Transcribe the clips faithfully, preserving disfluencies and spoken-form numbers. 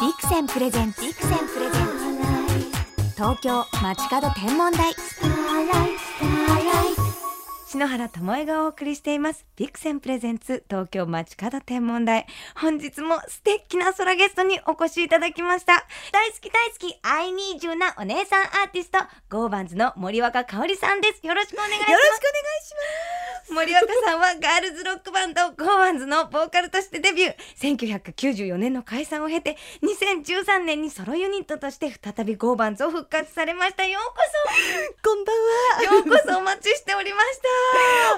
ビクセンプレゼンツビクセンプレゼンツ東京街角天文台。篠原智恵がお送りしていますビクセンプレゼンツ東京街角天文台。本日も素敵な空ゲストにお越しいただきました。大好き大好き I need you なお姉さんアーティスト、ゴーバンズの森若かおりさんです。よろしくお願いします。 よろしくお願いします。 森若さんはガールズロックバンドゴーバンズのボーカルとしてデビュー。せんきゅうひゃくきゅうじゅうよねんの解散を経てにせんじゅうさんねんにソロユニットとして再びゴーバンズを復活されました。ようここんばんは。 そようこそお待ちしておりました。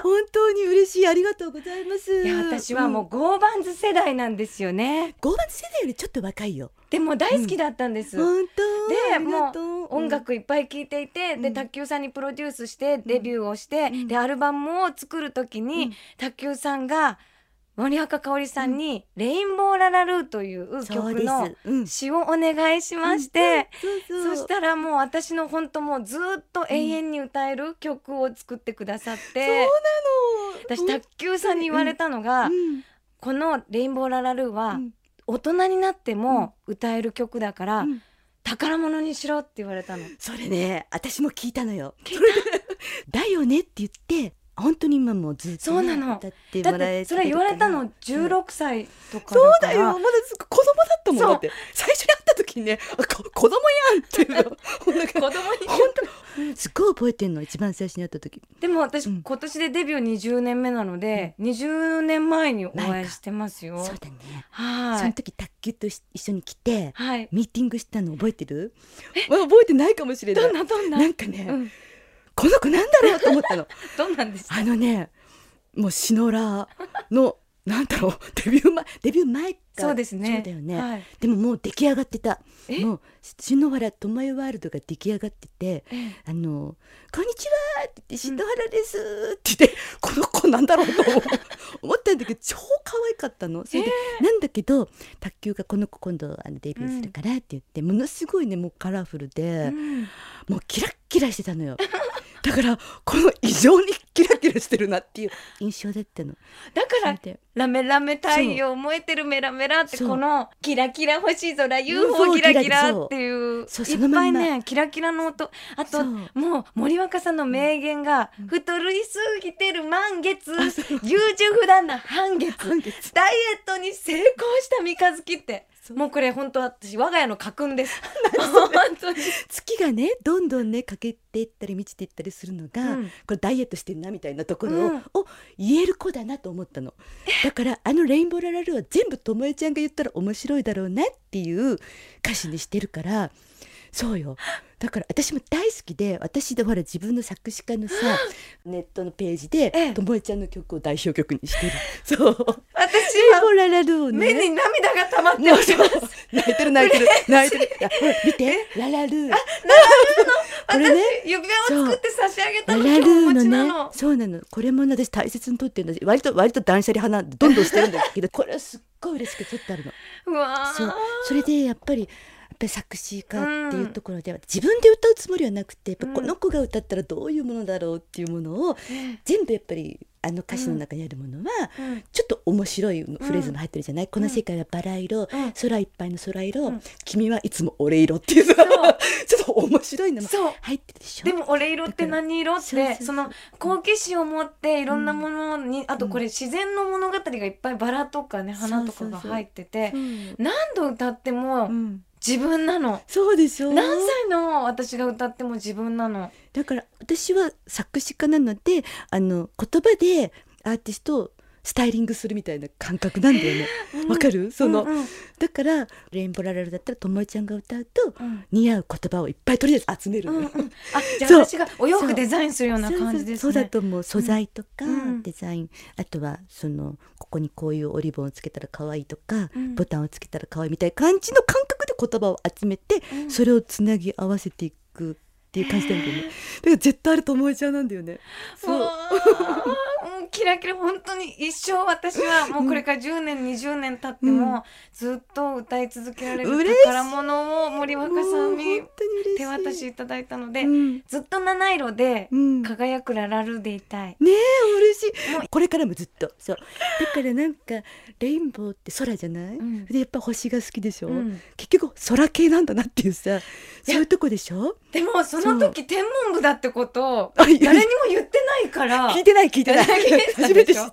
本当に嬉しい、ありがとうございます。 いや、私はもうゴーバンズ世代なんですよね。 ゴーバンズ世代よりちょっと若いよ。 でも大好きだったんです、 うん、本当でもう音楽いっぱい聴いていて、うん、で卓球さんにプロデュースしてデビューをして、うん、でアルバムを作る時に、うん、卓球さんが森若かおりさんに、うん、レインボーララルーという曲の詞をお願いしまして、そしたらもう私の本当もうずっと永遠に歌える曲を作ってくださって、うん、そうなの。私卓球さんに言われたのが、うん、このレインボーララルーは、うん大人になっても歌える曲だから、うん、宝物にしろって言われたの。 それね、私も聞いたのよ。だよねって言って本当に今もずっと、ね、 そうなの。 歌ってもらえてる。 だってそれ言われたのじゅうろくさいとかだから、 そうだよ、まだ子供だったもん。だって最初に会った時にね、子供やんっていうの子供に本当すっごい覚えてんの、一番最初に会った時。 でも私、うん、今年でデビューにじゅうねんめなので、うん、にじゅうねんまえにお会いしてますよ。 そうだね。 はい。 その時卓球と一緒に来て、 はい、 ミーティングしたの覚えてる？覚えてないかもしれない。 どんなどんななんかね、うん、この子なんだろうと思ったの。 どんなんでした？ あのね、もうシノラのなんだろう、デビュー前デビュー前か。 そうですね。 そうだよね、 はい、 でももう出来上がってた。もう篠原ともえワールドが出来上がってて、あのこんにちはって言って篠原ですって言って、この子なんだろうと思ったんだけど超可愛かったの。それで、なんだけど卓球がこの子今度あのデビューするからって言って、ものすごいねもうカラフルで、もうキラッキラしてたのよ。だからこの異常にキラキラしてるなっていう印象だったの。 だからラメラメ太陽燃えてるメラメラって、このキラキラ星空 ユーフォー キラキラっていう、いっぱいねキラキラの音。あともう森若さんの名言が、うん、太りすぎてる満月、優柔不断な半月、ダイエットに成功した三日月って、もうこれ本当私我が家の家訓です。本当に月がねどんどんね欠けていったり満ちていったりするのが、うん、これダイエットしてんなみたいなところを、うん、を言える子だなと思ったの。だからあのレインボーララルは全部ともえちゃんが言ったら面白いだろうなっていう歌詞にしてるから。そうよ。だから私も大好きで、私でほら自分の作詞家のさネットのページでともえちゃんの曲を代表曲にしてる。そう私はララルを、ね、 目に涙が溜まってます。 泣いてる泣いてる泣いてる。ほら見てララルー、 あララルーのこれ、ね、私指輪を作って差し上げたの今日お持ちなの。 そうなの。これも私大切に撮ってるんだし、割と割と断捨離派なんでどんどんしてるんだけどこれはすっごい嬉しく撮ってあるの。 うわそう、それでやっぱりやっぱり作詞家っていうところでは、うん、自分で歌うつもりはなくて、やっぱこの子が歌ったらどういうものだろうっていうものを、うん、全部やっぱりあの歌詞の中にあるものは、うん、ちょっと面白いフレーズも入ってるじゃない、うん、この世界はバラ色、うん、空いっぱいの空色、うん、君はいつも俺色っていうさ、ちょっと面白いのも入ってるでしょ。 でも俺色って何色って、そうそうそう、その好奇心を持っていろんなものに、うん、あとこれ自然の物語がいっぱいバラとかね花とかが入ってて、そうそうそう、何度歌っても、うん、自分なの。 そうでしょ。 何歳の私が歌っても自分なの。 だから私は作詞家なので、あの言葉でアーティストをスタイリングするみたいな感覚なんだよね。わ、うん、かる？その、うんうん、だからレインボーララルだったらともえちゃんが歌うと、うん、似合う言葉をいっぱいとりあえず集めるのよ、うんうん、 あ、じゃあ私がお洋服デザインするような感じですね。 そうだと思う。素材とか、うん、デザイン、あとはそのここにこういうオリボンをつけたら可愛いとか、うん、ボタンをつけたら可愛いみたいな感じの感覚で言葉を集めて、うん、それをつなぎ合わせていくっていう感じなんだよね。だから絶対あるともえちゃんなんだよね。そうキラキラ本当に一生私はもうこれからじゅうねん、うん、にじゅうねん経っても、うん、ずっと歌い続けられる宝物を森若さんに手渡しいただいたので、うん、ずっと七色で輝くララルでいたい、 うん、ねえ嬉しい。これからもずっとそうだからなんかレインボーって空じゃない、うん、でやっぱ星が好きでしょ、うん、結局空系なんだなっていうさそういうとこでしょ。 でもその時天文部だってことを誰にも言ってないから聞いてない聞いてない初めて知った。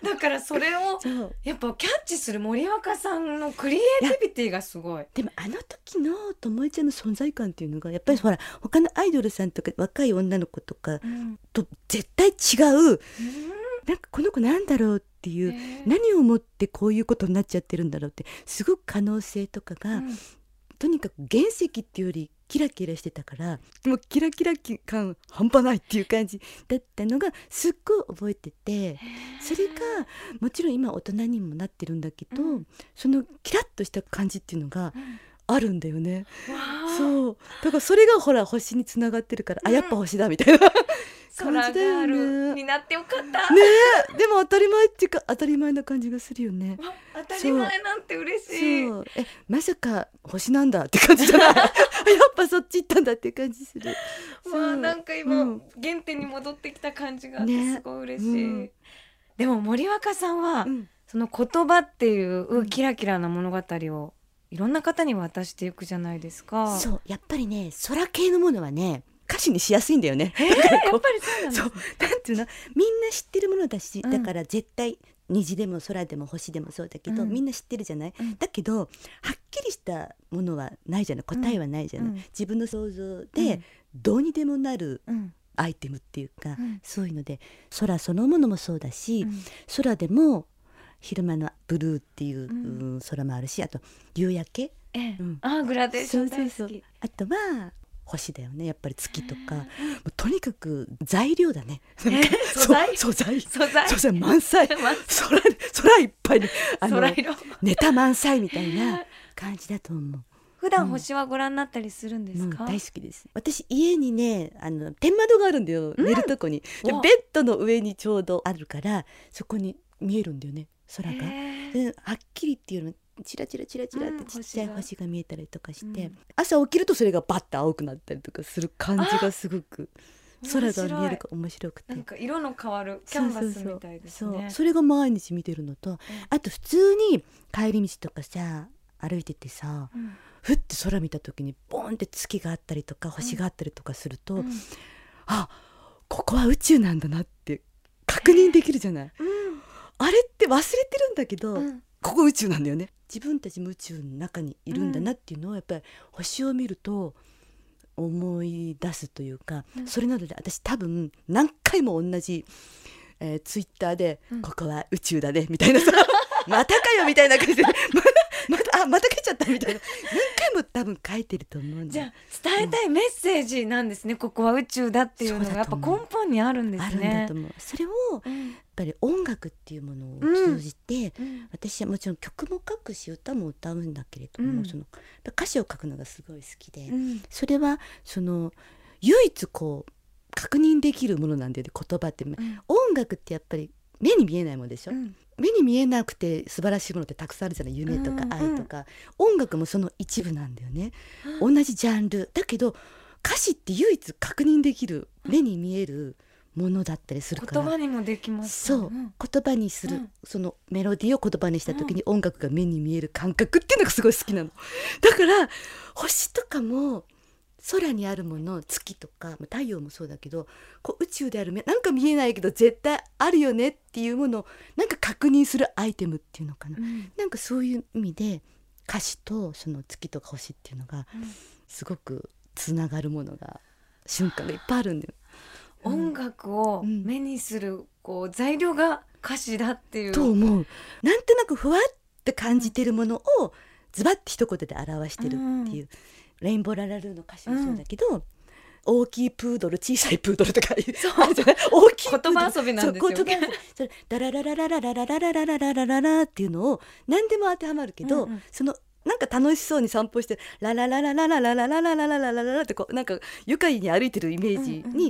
だからそれをやっぱキャッチする森若さんのクリエイティビティがすごい。 でもあの時のともえちゃんの存在感っていうのがやっぱりほら他のアイドルさんとか若い女の子とかと絶対違う、うん、なんかこの子なんだろうっていう、何をもってこういうことになっちゃってるんだろうってすごく可能性とかが、うん、とにかく原石っていうよりキラキラしてたからもうキラキラ感半端ないっていう感じだったのがすっごい覚えてて、それがもちろん今大人にもなってるんだけど、うん、そのキラッとした感じっていうのがあるんだよね、うん、そうだからそれがほら星につながってるから、うん、あやっぱ星だみたいな感じだよね。 になってよかったねえでも当たり前っていうか当たり前な感じがするよね。 当たり前なんて嬉しい。 そうえまさか星なんだって感じじゃないやっぱそっち行ったんだっていう感じする。 わあなんか今、うん、原点に戻ってきた感じがあってすごい嬉しい、ねうん、でも森若さんは、うん、その言葉っていうキラキラな物語をいろんな方に渡していくじゃないですか。 そうやっぱりね空系のものはね歌詞にしやすいんだよね。 えー、やっぱりそうなんです、ね、 そうなんていうのみんな知ってるものだし、うん、だから絶対虹でも空でも星でもそうだけど、うん、みんな知ってるじゃない、うん、だけどはっきりしたものはないじゃない、答えはないじゃない、うん、自分の想像でどうにでもなるアイテムっていうか、うん、そういうので空そのものもそうだし、うん、空でも昼間のブルーっていう、うん、空もあるし、あと夕焼け、 ええうん、あグラデーション大好き。そうそうそうあとは星だよねやっぱり月とか、もうとにかく材料だね。 素材素材素材素材満載空空いっぱいであの空色ネタ満載みたいな感じだと思う。 普段星はご覧になったりするんですか？ うん、大好きです。私家にねあの天窓があるんだよ、うん、寝るとこにでベッドの上にちょうどあるからそこに見えるんだよね空が。ではっきりっていうのチラチラチラチラってちっちゃい星が見えたりとかして、うん、朝起きるとそれがバッと青くなったりとかする感じがすごく空が見えるか面白くて、 なんか色の変わるキャンバスみたいですね。 そうそうそう、それが毎日見てるのと、うん、あと普通に帰り道とかさ歩いててさ、うん、ふって空見た時にボンって月があったりとか星があったりとかすると、うん、あここは宇宙なんだなって確認できるじゃない、うん、あれって忘れてるんだけど、うんここ宇宙なんだよね。自分たちも宇宙の中にいるんだなっていうのをやっぱり星を見ると思い出すというか、うん、それなので私多分何回も同じ、えー、ツイッターで、うん、ここは宇宙だねみたいなさまたかよみたいな感じでまたまたあまた書いちゃったみたいな何回も多分書いてると思うんで。 じゃあ伝えたいメッセージなんですね、うん、ここは宇宙だっていうのがやっぱ根本にあるんですね。 あるんだと思う。それを、うんやっぱり音楽っていうものを通じて、うん、私はもちろん曲も書くし歌も歌うんだけれども、うん、その歌詞を書くのがすごい好きで、うん、それはその唯一こう確認できるものなんだよね言葉って、うん、音楽ってやっぱり目に見えないものでしょ、うん、目に見えなくて素晴らしいものってたくさんあるじゃない。夢とか愛とか、うんうん、音楽もその一部なんだよね、うん、同じジャンルだけど歌詞って唯一確認できる目に見えるものだったりするから言葉にもできます、 そう、うん、言葉にする、うん、そのメロディーを言葉にした時に音楽が目に見える感覚っていうのがすごい好きなの。だから星とかも空にあるもの月とか太陽もそうだけどこう宇宙であるなんか見えないけど絶対あるよねっていうものをなんか確認するアイテムっていうのかな、うん、なんかそういう意味で歌詞とその月とか星っていうのがすごくつながるものが瞬間がいっぱいあるんだよ。 音楽を目にするこう材料が歌詞だっていう、 と思う。なんとなくふわって感じてるものをズバッて一言で表してるっていう、うん、レインボーララルーの歌詞もそうだけど、うん、大きいプードル小さいプードルとかそう大きい言葉遊びなんですよね。 それダラララララララララララララララっていうのを何でも当てはまるけど、うんうん、そのなんか楽しそうに散歩してララララララララララララララララってこうなんか愉快に歩いてるイメージに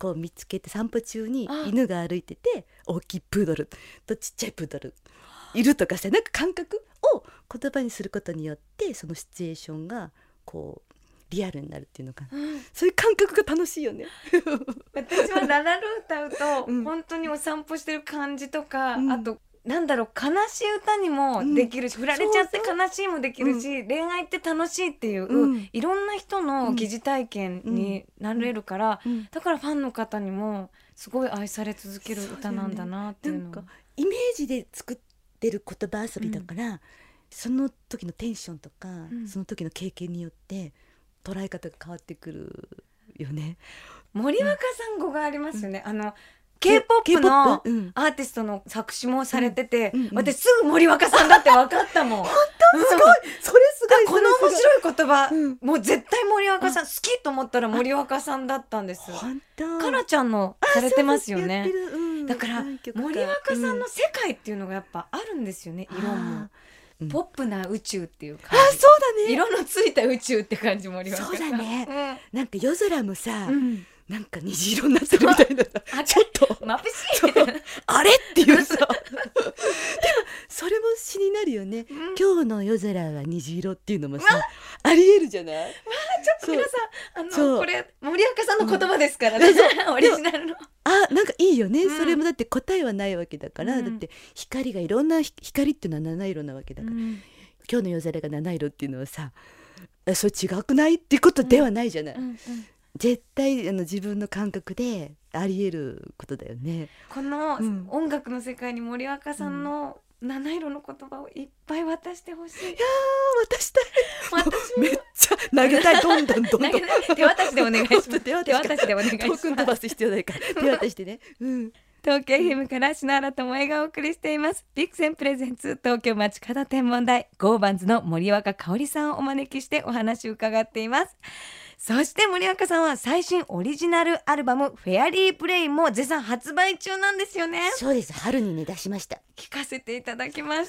こう見つけて散歩中にあ犬が歩いてて大きいプードルとちっちゃいプードルいるとかさ、なんか感覚を言葉にすることによってそのシチュエーションがこうリアルになるっていうのかな、 うん、 そういう感覚が楽しいよね私はララルー歌うと、 うん、 本当にお散歩してる感じとか、 うん、 あとなんだろう悲しい歌にもできるし、うん、振られちゃって悲しいもできるし、そうそう、恋愛って楽しいっていう、うん、いろんな人の疑似体験になれるから、うんうん、だからファンの方にもすごい愛され続ける歌なんだなっていうの、 なんかイメージで作ってる言葉遊びだから、うん、その時のテンションとか、うん、その時の経験によって捉え方が変わってくるよね。 森若さん語がありますよね、うん、あのK-ポップ のアーティストの作詞もされてて、うんうんうん、私すぐ森若さんだって分かったもん。本当すごい、うん、それすごい。 この面白い言葉、うん、もう絶対森若さん好きと思ったら森若さんだったんです。 本当。 かなちゃんのされてますよね、 うん、 だから森若さんの世界っていうのがやっぱあるんですよね、うん、色も、うん、ポップな宇宙っていう感じ。 あ、そうだね。 色のついた宇宙って感じ。森若さん、 そうだね、うん、なんか夜空もさ、うん、なんか虹色になってるみたいなさちょっと眩しいあれっていうさでもそれも詩になるよね、うん、今日の夜空は虹色っていうのもさありえるじゃない。わあ、ちょっと皆さんあのこれ森若さんの言葉ですからね、うん、オリジナルの。 あ、なんかいいよね、うん、それもだって答えはないわけだから、うん、だって光がいろんな光っていうのは七色なわけだから、うん、今日の夜空が七色っていうのはさそれ違くないっていうことではないじゃない、うんうんうん、絶対あの自分の感覚であり得ることだよね。 この音楽の世界に森若さんの七色の言葉をいっぱい渡してほしい。いや渡したい。私めっちゃ投げたい。どんどんどんどん手渡しでお願いします。手渡しでお願いします。 遠くに飛ばす必要ないから手渡してね、うん、 東京 エフエム から篠原智恵がお送りしていますビクセンプレゼンツ東京街角天文台、ゴーバンズの森若香織さんをお招きしてお話を伺っています。そして森若さんは最新オリジナルアルバムフェアリープレイも絶賛発売中なんですよね。 そうです、春にね出しました。 聞かせていただきました。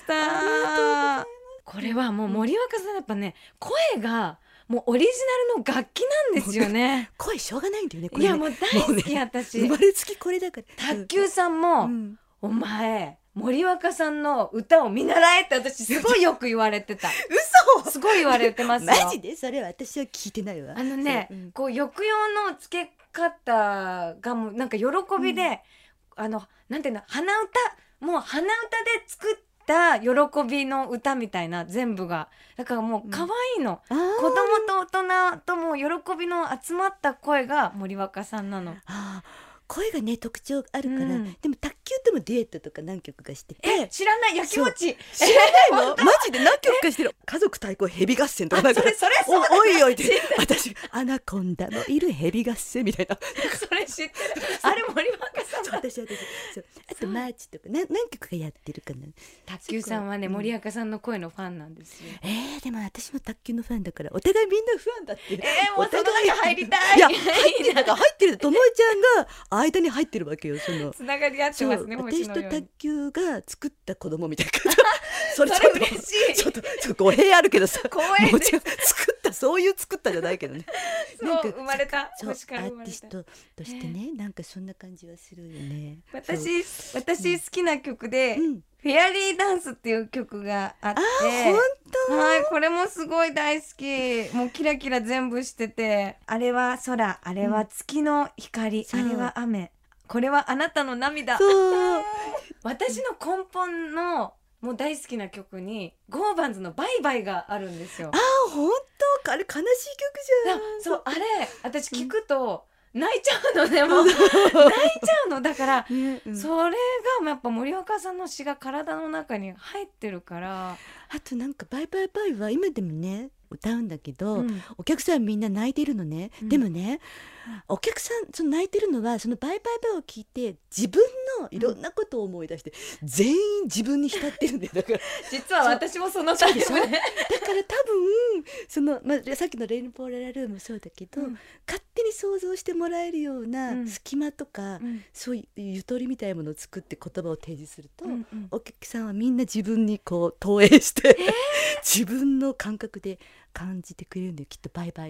これはもう森若さんやっぱね、声がもうオリジナルの楽器なんですよね。 声しょうがないんだよね、これね。 いやもう大好き、ね、私生まれつきこれだから。 卓球さんも、うん、お前森若さんの歌を見習えって私すごいよく言われてた。 嘘、 すごい言われてますよ。 マジでそれは私は聞いてないわ。 あのね、うん、こう抑揚のつけ方がもうなんか喜びで、うん、あのなんていうの、鼻歌もう鼻歌で作った喜びの歌みたいな、全部がだからもう可愛いの、うん、子供と大人とも喜びの集まった声が森若さんなの。 あ声がね特徴あるから、うん、でも卓球ともデュエットとか何曲かしてて。 え知らない、やきもち知らないのマジで何曲かしてる。家族対抗ヘビ合戦とかなんかそれそれそうだ、 お, おいおいって私アナコンダのいるヘビ合戦みたいなそれ知ってる。あれ森若さん。 私私そうあとマーチとか何何曲かやってるかな。 卓球さんはね、森若さんの声のファンなんですよ。 えー、でも私も卓球のファンだからお互いみんなファンだって。 えー、もうその中入りたい。 いや入ってる、だから入ってる。ともえちゃんが間に入ってるわけよ。そのつながり合ってますね。 私と卓球が作った子供みたいなそれちょっと嬉しい。 ちょっとちょっと語弊あるけどさ、もちろん作ったそういう作ったじゃないけどねなんか生まれたそうアーティストとしてね、えー、なんかそんな感じはするよね。 私私好きな曲で、うん、フェアリーダンスっていう曲があって、あ本当、 はい、これもすごい大好き。もうキラキラ全部してて、あれは空、あれは月の光、うん、あれは雨、これはあなたの涙。私の根本のもう大好きな曲にゴーバンズのバイバイがあるんですよ。 あ本当、あれ悲しい曲じゃん。 そう、あれ私聞くと泣いちゃうのね、もう泣いちゃうのだから、ねうん、それがやっぱ森若さんの詩が体の中に入ってるから。 あとなんかバイバイバイは今でもね歌うんだけど、うん、お客さんみんな泣いてるのね、うん、でもね、お客さんその泣いてるのはそのバイバイバイを聞いて自分のいろんなことを思い出して、うん、全員自分に浸ってるんだよ。だから実は私もそのタイプね。だから多分その、まあ、さっきのレインボーララルーもそうだけど、うん、勝手に想像してもらえるような隙間とか、うん、そういうゆとりみたいなものを作って言葉を提示すると、うんうん、お客さんはみんな自分にこう投影して、えー、自分の感覚で感じてくれるんだよきっと。バイバイも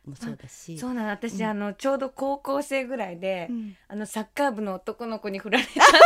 もそうだし、 そうなの私、 うんあのちょうど高校生ぐらいで、 うんあのサッカー部の男の子に振られちゃったな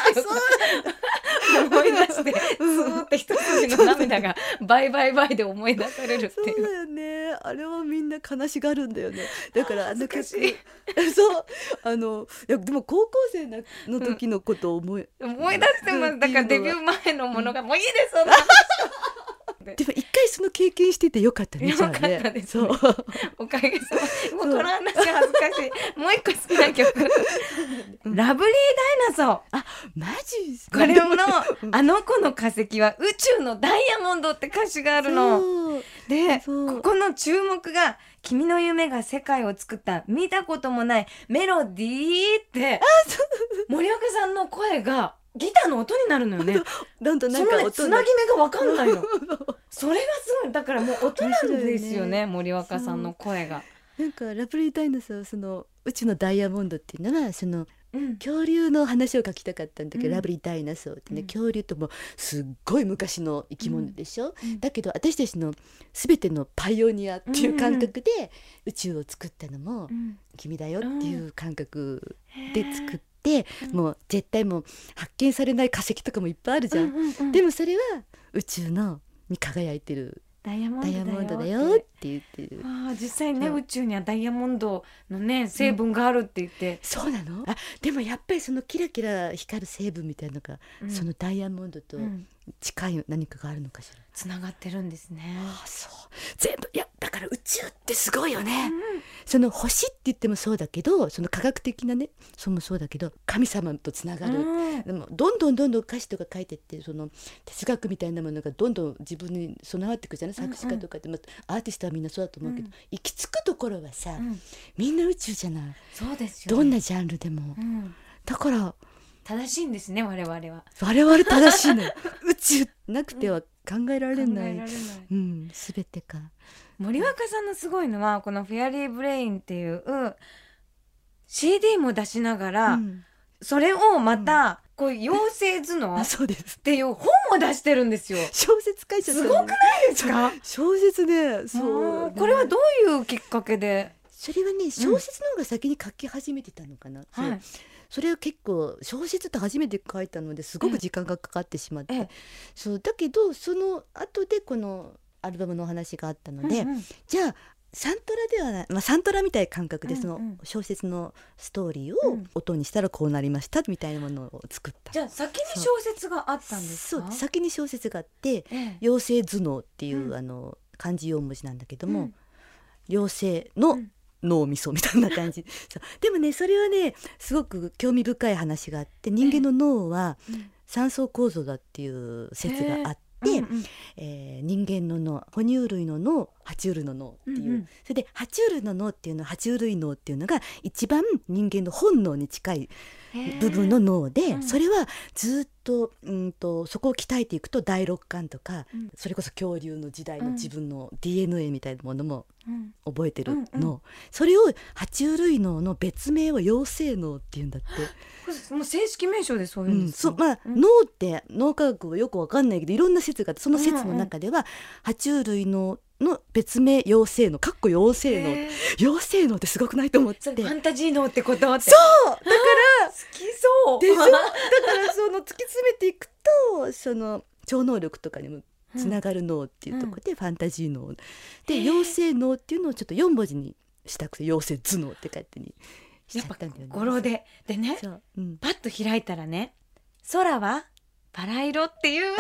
って思い出してスーって一筋の涙がバイバイバイで思い出されるっていう。 そうだよね。あれはみんな悲しがるんだよね。だからあの曲、 恥ずかしいそうあのいやでも高校生なの時のことを思い、 思い出してます。だからデビュー前のものが、もういいですそんなでも一回その経験しててよかったね。 よかったじゃあねですねそうおかげさまでもうこの話恥ずかしい。もう一個好きな曲ラブリーダイナソー。 あマジこれのうんあの子の化石は宇宙のダイヤモンドって歌詞があるのそうで、 そうここの注目が君の夢が世界を作った見たこともないメロディーって森岡さんの声がギターの音になるのよね。 どんどんなそのねんか音つなぎ目が分かんないのそれがすごい。だからもう音なんですよね、森岡さんの声が。 なんかラブリーダイナソーその宇宙のダイヤモンドっていうのはそのうん恐竜の話を書きたかったんだけど、 うんラブリーダイナソーってね、 うん恐竜ともすっごい昔の生き物でしょ、 うんだけど私たちの全てのパイオニアっていう感覚で宇宙を作ったのもうん君だよっていう感覚で作って、 うんもう絶対もう発見されない化石とかもいっぱいあるじゃん、 うんうんうんでもそれは宇宙のに輝いてるダイヤモンドダイヤモンドだだよってよって言ってる。 あー実際ねそう宇宙にはダイヤモンドのね成分があるって言って、 そうなの？あでもやっぱりそのキラキラ光る成分みたいなのが、 うんそのダイヤモンドとうん近い何かがあるのかしら。 つながってるんですね。 あそう全部いやだから宇宙ってすごいよね、その星って言ってもそうだけどその科学的なねそれもそうだけど神様とつながる、 うんでもどんどんどんどん歌詞とか書いてってその哲学みたいなものがどんどん自分に備わっていくじゃない、作詞家とかって、まあ、アーティストはみんなそうだと思うけど、 うん行き着くところはさ、 うんみんな宇宙じゃない、 そうですよ、ね、 どんなジャンルでも、 うんだから正しいんですね我々は。 我々正しいのよ宇宙なくては考えられ考ない、 えられない。 うん、全てか森若さんのすごいのはこのフェアリーブレインっていう シーディー も出しながら、 うんそれをまたこう妖精頭脳あっそうですていう本も出してるんですよ。 小説書いちゃったのすごくないですか？ 小説ねそもううこれはどういうきっかけで？ それはね小説の方が先に書き始めてたのかな、そうはい。 それを結構小説って初めて書いたのですごく時間がかかってしまって、 ええそうだけどその後でこのアルバムのお話があったので、 うんうんじゃあサントラではない、まあ、サントラみたいな感覚でそのうんうん小説のストーリーをうん音にしたらこうなりましたみたいなものを作った。 じゃあ先に小説があったんですか？ そう先に小説があってええ妖精頭脳っていう、 うんあの漢字よん文字なんだけども、 うん妖精のうん脳みそみたいな感じそうでもねそれはねすごく興味深い話があって人間の脳はうん三層構造だっていう説があって、 うんうんえー人間の脳哺乳類の脳爬虫類の脳っていう、 うんうんそれで爬虫類の脳っていうのは爬虫類脳っていうのが一番人間の本能に近い部分の脳で、 うんそれはずっと、うんとそこを鍛えていくと第六感とか、 うんそれこそ恐竜の時代の自分の ディーエヌエー みたいなものもうん覚えてるうん脳、 うそれを爬虫類脳の別名は妖精脳っていうんだって。 これもう正式名称でそういうんうん、 ですか？ そうまあ、 うん脳って脳科学はよくわかんないけどいろんな説があってその説の中では、爬虫類脳の別名妖精脳かっこ妖精脳、 へー妖精脳ってすごくないと思ってそれファンタジー脳ってことってそうだから好きそうでしょだからその突き詰めていくとその超能力とかにもつながる脳っていうところで、ファンタジー脳で妖精脳っていうのをちょっとよん文字にしたくて妖精頭脳って書いてにしちゃやっぱったんだよね。 語呂ででねそう、うん、 パッと開いたらね空はバラ色っていうこれこれララル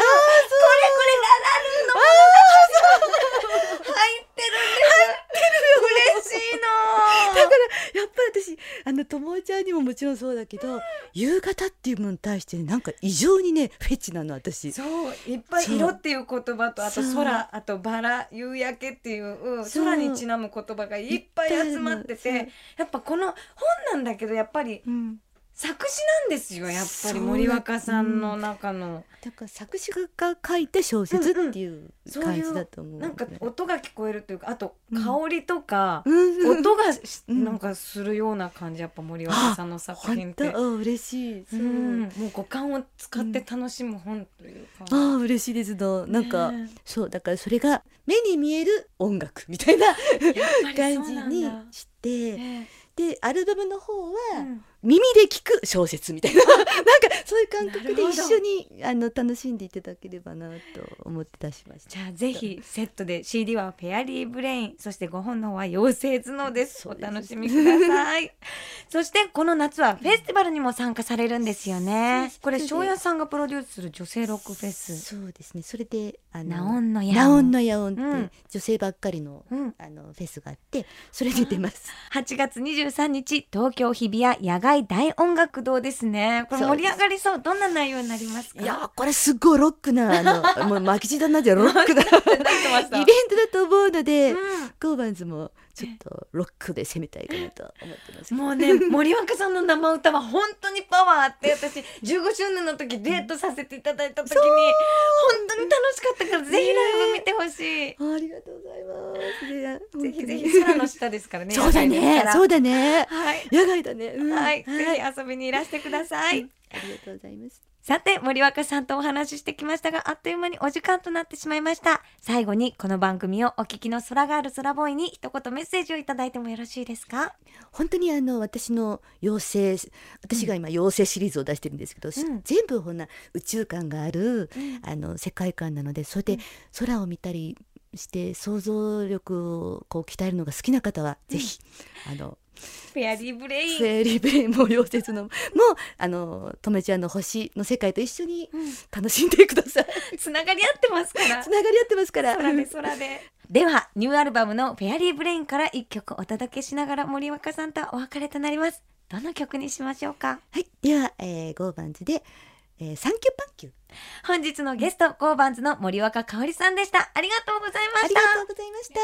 のものが入ってるんです嬉しいのだからやっぱり私あのともえちゃんにももちろんそうだけど、夕方っていうものに対して、ね、なんか異常にねフェチなの私。 そういっぱい色っていう言葉とあとそう空あとバラ夕焼けっていうそう空にちなむ言葉がいっぱい集まってそうてやっぱこの本なんだけどやっぱりうん作詞なんですよやっぱり森若さんの中の。 だから作詞が書いて小説っていう感じだと思う、 うんうん、なんか音が聞こえるというかあと香りとか、 うん、 音がなんかするような感じやっぱ森若さんの作品って。 あ、嬉しい。そう、うん、 もう五感を使って楽しむ本というか、 うん、あ嬉しいですのなんか、ね、そうだからそれが目に見える音楽みたいな感じにして、ね、でアルバムの方は、うん耳で聞く小説みたいななんかそういう感覚で一緒にあの楽しんでいただければなと思って出しました。 じゃあぜひセットで シーディー はフェアリーブレイン、そしてごほんの方は妖精頭脳です。お楽しみくださいそしてこの夏はフェスティバルにも参加されるんですよね。これ庄屋さんがプロデュースする女性ロックフェス。 そうですね。それであのナオンのヤオンナオンのヤオンって、うん、女性ばっかりの、うん、あのフェスがあってそれに出ますはちがつにじゅうさんにち東京日比谷野外大音楽堂ですね。これ盛り上がりそう。どんな内容になりますか？ いやこれすっごいロックなあのもう巻き舌になっちゃうロックなイベントだと思うので、うん、ゴーバンズもちょっとロックで攻めたいかなと思ってます。 もうね森若さんの生歌は本当にパワーあって私じゅうごしゅうねんの時デートさせていただいた時に、うん、本当に楽しかったからぜひライブ見てほしい、 ね、ありがとうございます。 ぜひぜひ空の下ですからねそうだねそうだね、はい、野外だね、 うん、はい、はい、ぜひ遊びにいらしてください、うん、 ありがとうございます。 さて森若さんとお話ししてきましたがあっという間にお時間となってしまいました。最後にこの番組をお聞きの空がある空ボーイに一言メッセージをいただいてもよろしいですか？ 本当にあの私の妖精私が今妖精シリーズを出してるんですけど、うん、全部ほんな宇宙感がある、うん、あの世界観なのでそれで空を見たりして想像力をこう鍛えるのが好きな方はぜひ、うん、あのフェアリーブレインフェアリーブレインも溶接のもうあのとめちゃんの星の世界と一緒に楽しんでください、 うん、つながり合ってますからつながり合ってますから空で空でではニューアルバムのフェアリーブレインから一曲お届けしながら森若さんとお別れとなります。どの曲にしましょうか？ はいでは、えー、ゴーバンズで、えー、サンキューパンキュー。 本日のゲストゴーバンズの森若かおりさんでした。ありがとうございました。 ありがとうございました。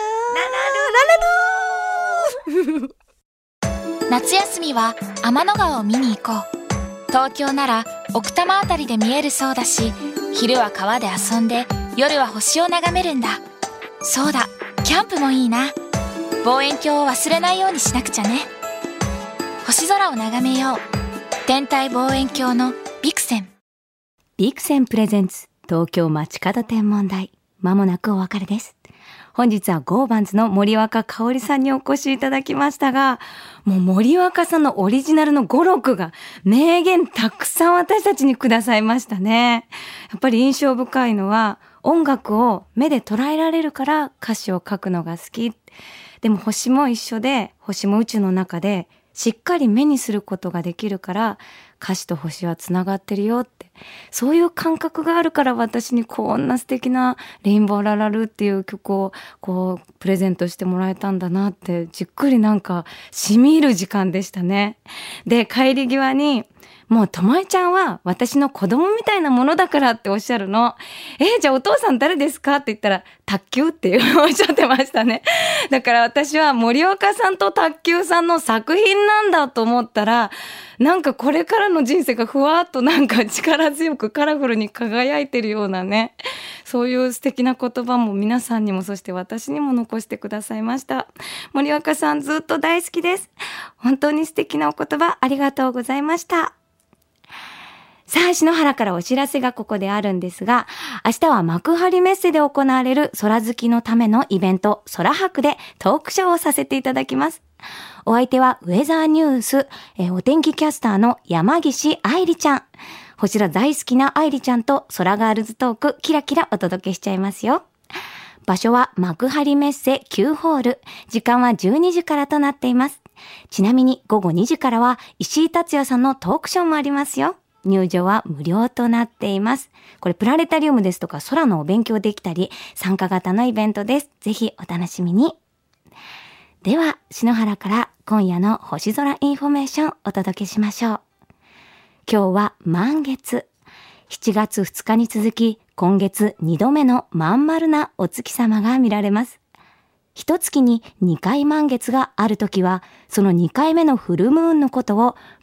ララルララル夏休みは天の川を見に行こう。東京なら奥多摩あたりで見えるそうだし、昼は川で遊んで夜は星を眺めるんだ。そうだ、キャンプもいいな。望遠鏡を忘れないようにしなくちゃね。星空を眺めよう。天体望遠鏡のビクセン。 ビクセンプレゼンツ東京街角天文台。まもなくお別れです。本日はゴーバンズの森若かおりさんにお越しいただきましたが、もう森若さんのオリジナルの語録が名言たくさん私たちにくださいましたね。やっぱり印象深いのは音楽を目で捉えられるから歌詞を書くのが好き。でも星も一緒で、星も宇宙の中でしっかり目にすることができるから歌詞と星はつながってるよって、そういう感覚があるから私にこんな素敵なレインボーララルっていう曲をこうプレゼントしてもらえたんだなってじっくりなんか染み入る時間でしたね。で帰り際にもうともえちゃんは私の子供みたいなものだからっておっしゃるの。えじゃあお父さん誰ですかって言ったら卓球っていうおっしゃってましたね。だから私は森岡さんと卓球さんの作品なんだと思ったら、なんかこれからの人生がふわっとなんか力強くカラフルに輝いてるようなね、そういう素敵な言葉も皆さんにもそして私にも残してくださいました。森岡さんずっと大好きです。本当に素敵なお言葉ありがとうございました。さあ、篠原からお知らせがここであるんですが、明日は幕張メッセで行われる空好きのためのイベント、空博でトークショーをさせていただきます。お相手はウェザーニュース、えお天気キャスターの山岸愛理ちゃん。星空大好きな愛理ちゃんと空ガールズトークキラキラお届けしちゃいますよ。場所は幕張メッセきゅうホール。時間はじゅうにじからとなっています。ちなみに午後にじからは石井達也さんのトークショーもありますよ。入場は無料となっています。これプラネタリウムですとか空のお勉強できたり参加型のイベントです。ぜひお楽しみに。では篠原から今夜の星空インフォメーションお届けしましょう。今日は満月。しちがつふつかに続き今月にどめのまん丸なお月様が見られます。一月ににかい満月があるときは、そのにかいめのフルムーンのことを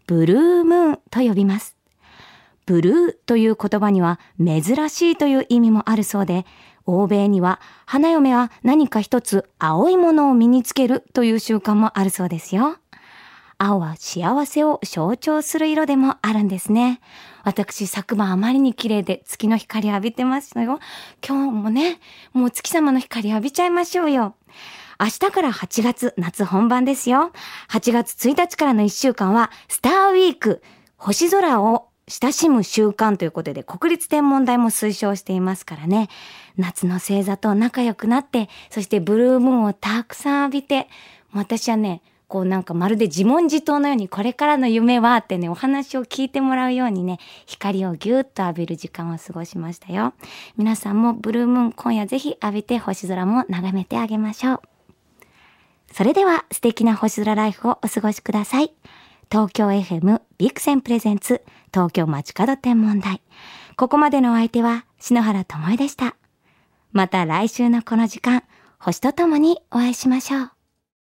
ブルームーンと呼びます。ブルーという言葉には珍しいという意味もあるそうで、欧米には花嫁は何か一つ青いものを身につけるという習慣もあるそうですよ。青は幸せを象徴する色でもあるんですね。私昨晩あまりに綺麗で月の光浴びてましたよ。今日もね、もう月様の光浴びちゃいましょうよ。明日からはちがつ、夏本番ですよ。はちがつついたちからのいっしゅうかんはスターウィーク、星空を親しむ習慣ということで国立天文台も推奨していますからね。夏の星座と仲良くなって、そしてブルームーンをたくさん浴びて、私はね、こうなんかまるで自問自答のようにこれからの夢はってね、お話を聞いてもらうようにね、光をぎゅーっと浴びる時間を過ごしましたよ。皆さんもブルームーン今夜ぜひ浴びて星空も眺めてあげましょう。それでは素敵な星空ライフをお過ごしください。東京 エフエム ビクセンプレゼンツ東京街角天文台。ここまでのお相手は篠原ともえでした。また来週のこの時間、星とともにお会いしましょう。